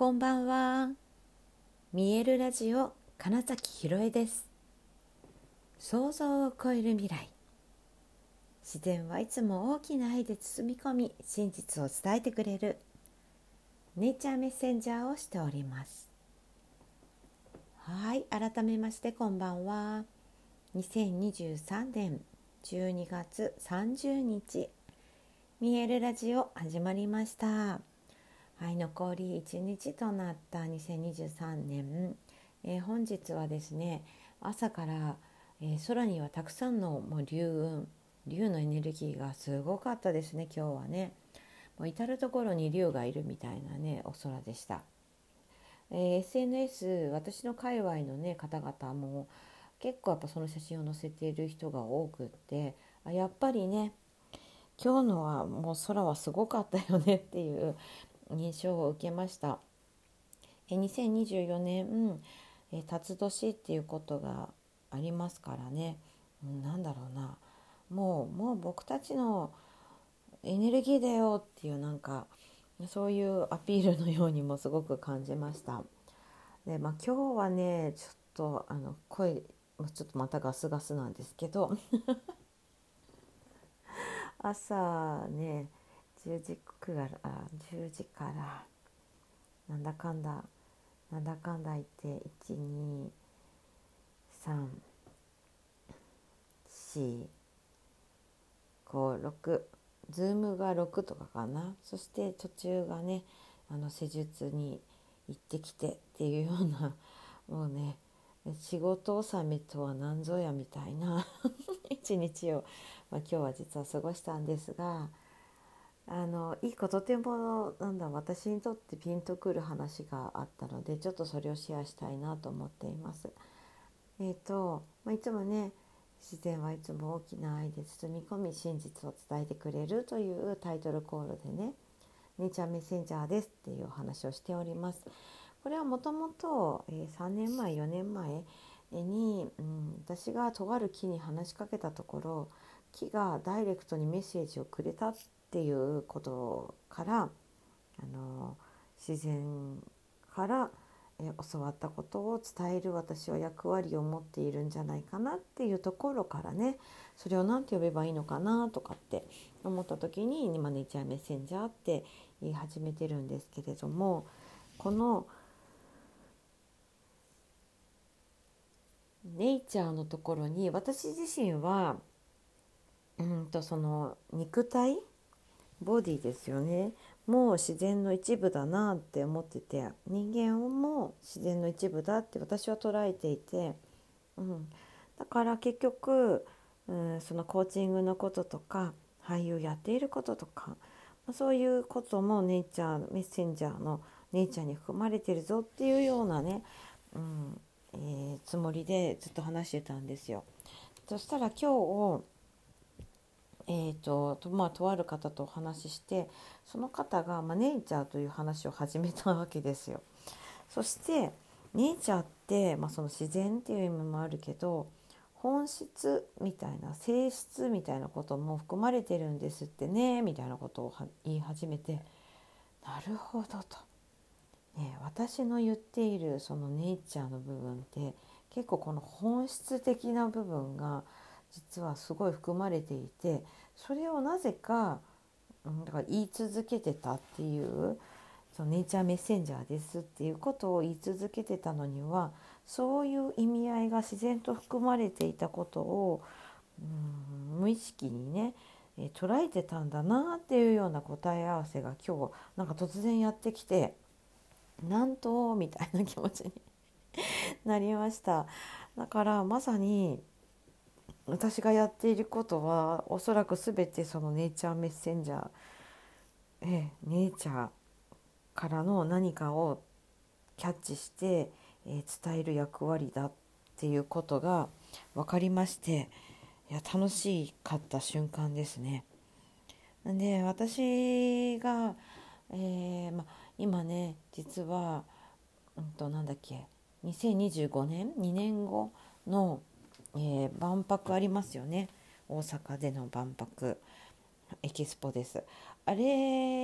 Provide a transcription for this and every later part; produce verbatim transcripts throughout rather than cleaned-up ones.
こんばんは。見えるラジオ金崎ひろえです。想像を超える未来。自然はいつも大きな愛で包み込み、真実を伝えてくれるネイチャーメッセンジャーをしております。はい、改めましてこんばんは。にせんにじゅうさんねんじゅうにがつさんじゅうにち、見えるラジオ始まりました。はい、残りいちにちとなったにせんにじゅうさんねん、えー本日はですね、朝から、えー空にはたくさんのもう流雲龍のエネルギーがすごかったですね。今日はね、もう至る所に龍がいるみたいなねお空でした。えー エスエヌエス 私の界隈の、ね、方々も結構やっぱその写真を載せている人が多くって、あやっぱりね今日のはもう空はすごかったよねっていう印象を受けました。えにせんにじゅうよねん、え辰年っていうことがありますからね、うん、なんだろうな、もうもう僕たちのエネルギーだよっていうなんかそういうアピールのようにもすごく感じました。で、まあ、今日はねちょっとあの声ちょっとまたガスガスなんですけど朝ねじゅうじからあじゅうじからなんだかんだなんだかんだ言っていちにさん よん ご ろくズームがろくとかかな。そして途中がねあの施術に行ってきてっていうようなもうね仕事納めとは何ぞやみたいな一日を、まあ、今日は実は過ごしたんですが、あのいい子とてもなんだ私にとってピンとくる話があったので、ちょっとそれをシェアしたいなと思っています。えーとまあ、いつもね自然はいつも大きな愛で包み込み真実を伝えてくれるというタイトルコールでね、ネイチャーメッセンジャーですっていうお話をしております。これはもともとさんねんまえよねんまえに、うん、私がとある木に話しかけたところ、木がダイレクトにメッセージをくれたっていうことから、あの自然からえ教わったことを伝える私は役割を持っているんじゃないかなっていうところからね、それを何て呼べばいいのかなとかって思った時に今ネイチャーメッセンジャーって言い始めてるんですけれども、このネイチャーのところに私自身はうんとその肉体ボディですよね、もう自然の一部だなって思ってて、人間も自然の一部だって私は捉えていて、うん、だから結局、うん、そのコーチングのこととか俳優やっていることとか、そういうこともネイチャーメッセンジャーのネイチャーに含まれてるぞっていうようなね、うんえーつもりでずっと話してたんですよ。そしたら今日えーととまあ、とある方とお話しして、その方が、まあ、ネイチャーという話を始めたわけですよ。そしてネイチャーって、まあ、その自然っていう意味もあるけど、本質みたいな性質みたいなことも含まれてるんですってねみたいなことを言い始めて、なるほどと、ね、私の言っているそのネイチャーの部分って結構この本質的な部分が実はすごい含まれていて、それをなぜか、うん、だから言い続けてたっていう、そのネイチャーメッセンジャーですっていうことを言い続けてたのには、そういう意味合いが自然と含まれていたことを、うん、無意識にね、え捉えてたんだなっていうような答え合わせが今日なんか突然やってきて、なんとみたいな気持ちになりました。だからまさに私がやっていることはおそらく全てそのネイチャーメッセンジャー、ええ、ネイチャーからの何かをキャッチして、えー伝える役割だっていうことが分かりまして、いや楽しかった瞬間ですね。で私が、えーま、今ね実は、うんとなんだっけにせんにじゅうごねんにねんごの、えー万博ありますよね。大阪での万博エキスポです。あれ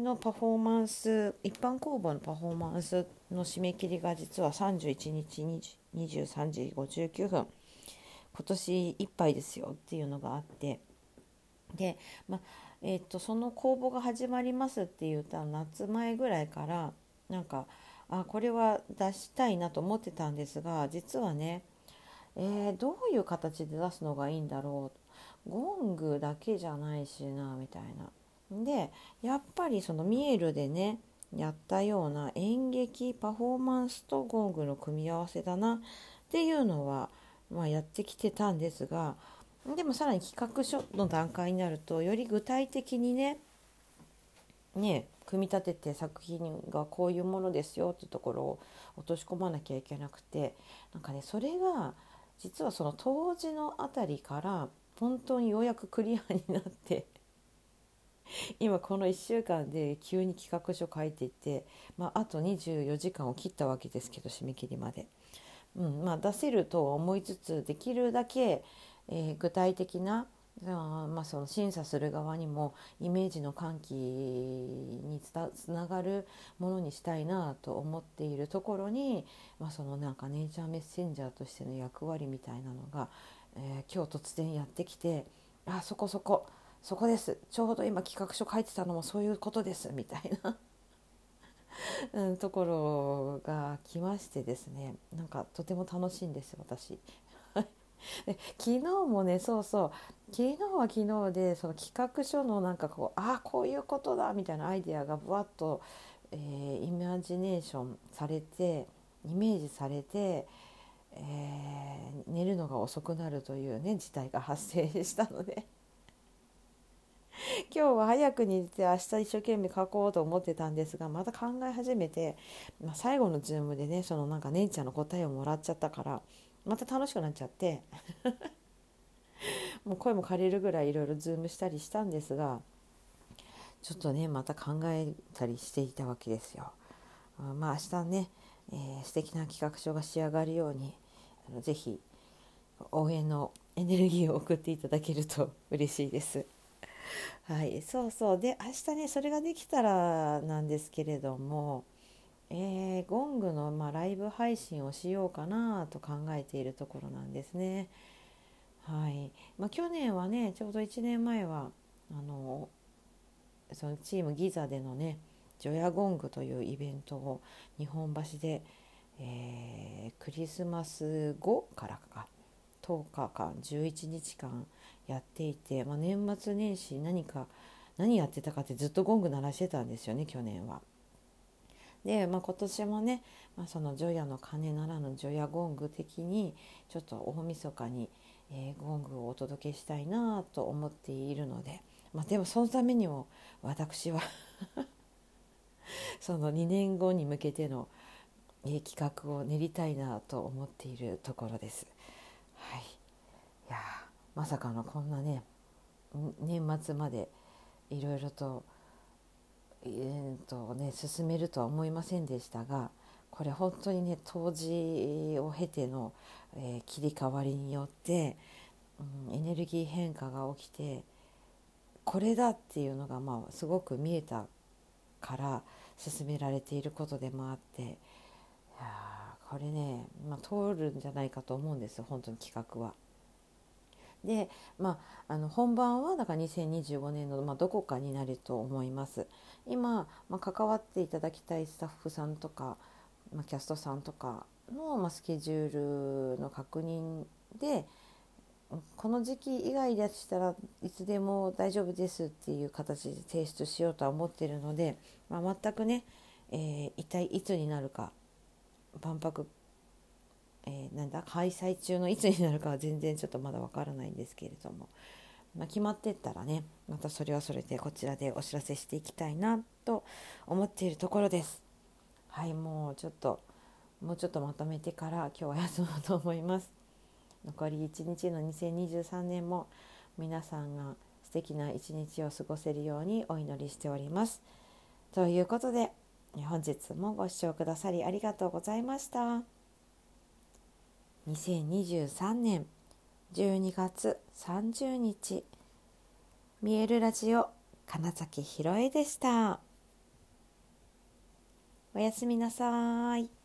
のパフォーマンス、一般公募のパフォーマンスの締め切りが実はさんじゅういちにちにじゅうさんじごじゅうきゅうふん、今年いっぱいですよっていうのがあって、で、まあえー、とその公募が始まりますって言った夏前ぐらいからなんかあこれは出したいなと思ってたんですが、実はね、えーどういう形で出すのがいいんだろう、ゴングだけじゃないしなみたいな。でやっぱりそのミエルでねやったような演劇パフォーマンスとゴングの組み合わせだなっていうのは、まあ、やってきてたんですが、でもさらに企画書の段階になるとより具体的にねね組み立てて作品がこういうものですよっていうところを落とし込まなきゃいけなくて、なんかねそれが実はその当時のあたりから本当にようやくクリアになって今このいっしゅうかんで急に企画書書いていって、まあ、あとにじゅうよじかんを切ったわけですけど締め切りまで、うんまあ、出せると思いつつできるだけ、えー具体的なあまあ、その審査する側にもイメージの喚起につたつながるものにしたいなと思っているところに、まあ、そのなんかネイチャーメッセンジャーとしての役割みたいなのが、えー今日突然やってきて、あそこそこそこです、ちょうど今企画書書いてたのもそういうことですみたいなうん、ところが来ましてですね、なんかとても楽しいんです私で昨日もね、そうそう昨日は昨日でその企画書のなんかこうああこういうことだみたいなアイデアがぶわっと、えーイマジネーションされてイメージされて、えー寝るのが遅くなるというね事態が発生したので今日は早く寝て明日一生懸命書こうと思ってたんですが、また考え始めて、まあ、最後のズームでねそのなんか姉ちゃんの答えをもらっちゃったからまた楽しくなっちゃってもう声も借りるぐらいいろいろズームしたりしたんですが、ちょっとねまた考えたりしていたわけですよ。あまあ明日ね、えー、素敵な企画書が仕上がるようにあのぜひ応援のエネルギーを送っていただけると嬉しいです。はい、そうそうで明日ねそれができたらなんですけれども、えーゴングの、まあ、ライブ配信をしようかなと考えているところなんですね。はいまあ、去年はねちょうどいちねんまえはあのそのチームギザでのねジョヤゴングというイベントを日本橋で、えークリスマス後からかとおかかんじゅういちにちかんやっていて、まあ、年末年始何か何やってたかってずっとゴング鳴らしてたんですよね去年は。で、まあ、今年もね、まあ、その除夜の鐘ならぬ除夜ゴング的にちょっと大晦日に、えーゴングをお届けしたいなと思っているので、まあ、でもそのためにも私はそのにねんごに向けての、えー企画を練りたいなと思っているところです。はい、いやまさかのこんなね年末までいろいろとえーとね、進めるとは思いませんでしたが、これ本当にね当時を経ての、えー切り替わりによって、うん、エネルギー変化が起きてこれだっていうのが、まあ、すごく見えたから進められていることでもあって、いやこれね、まあ、通るんじゃないかと思うんですよ本当に企画は。で、まあ、あの本番はだからにせんにじゅうごねんの、まあ、どこかになると思います。今、まあ、関わっていただきたいスタッフさんとか、まあ、キャストさんとかの、まあ、スケジュールの確認でこの時期以外でしたらいつでも大丈夫ですっていう形で提出しようとは思っているので、まあ、全くね、えー、一体いつになるか万博えー、なんだ開催中のいつになるかは全然ちょっとまだわからないんですけれども、まあ、決まってったらねまたそれはそれでこちらでお知らせしていきたいなと思っているところです。はい、もうちょっともうちょっとまとめてから今日は休もうと思います。残りいちにちのにせんにじゅうさんねんも皆さんが素敵ないちにちを過ごせるようにお祈りしております。ということで本日もご視聴くださりありがとうございました。にせんにじゅうさんねんじゅうにがつさんじゅうにち見えるラジオ金崎ひろえでした。 おやすみなさい。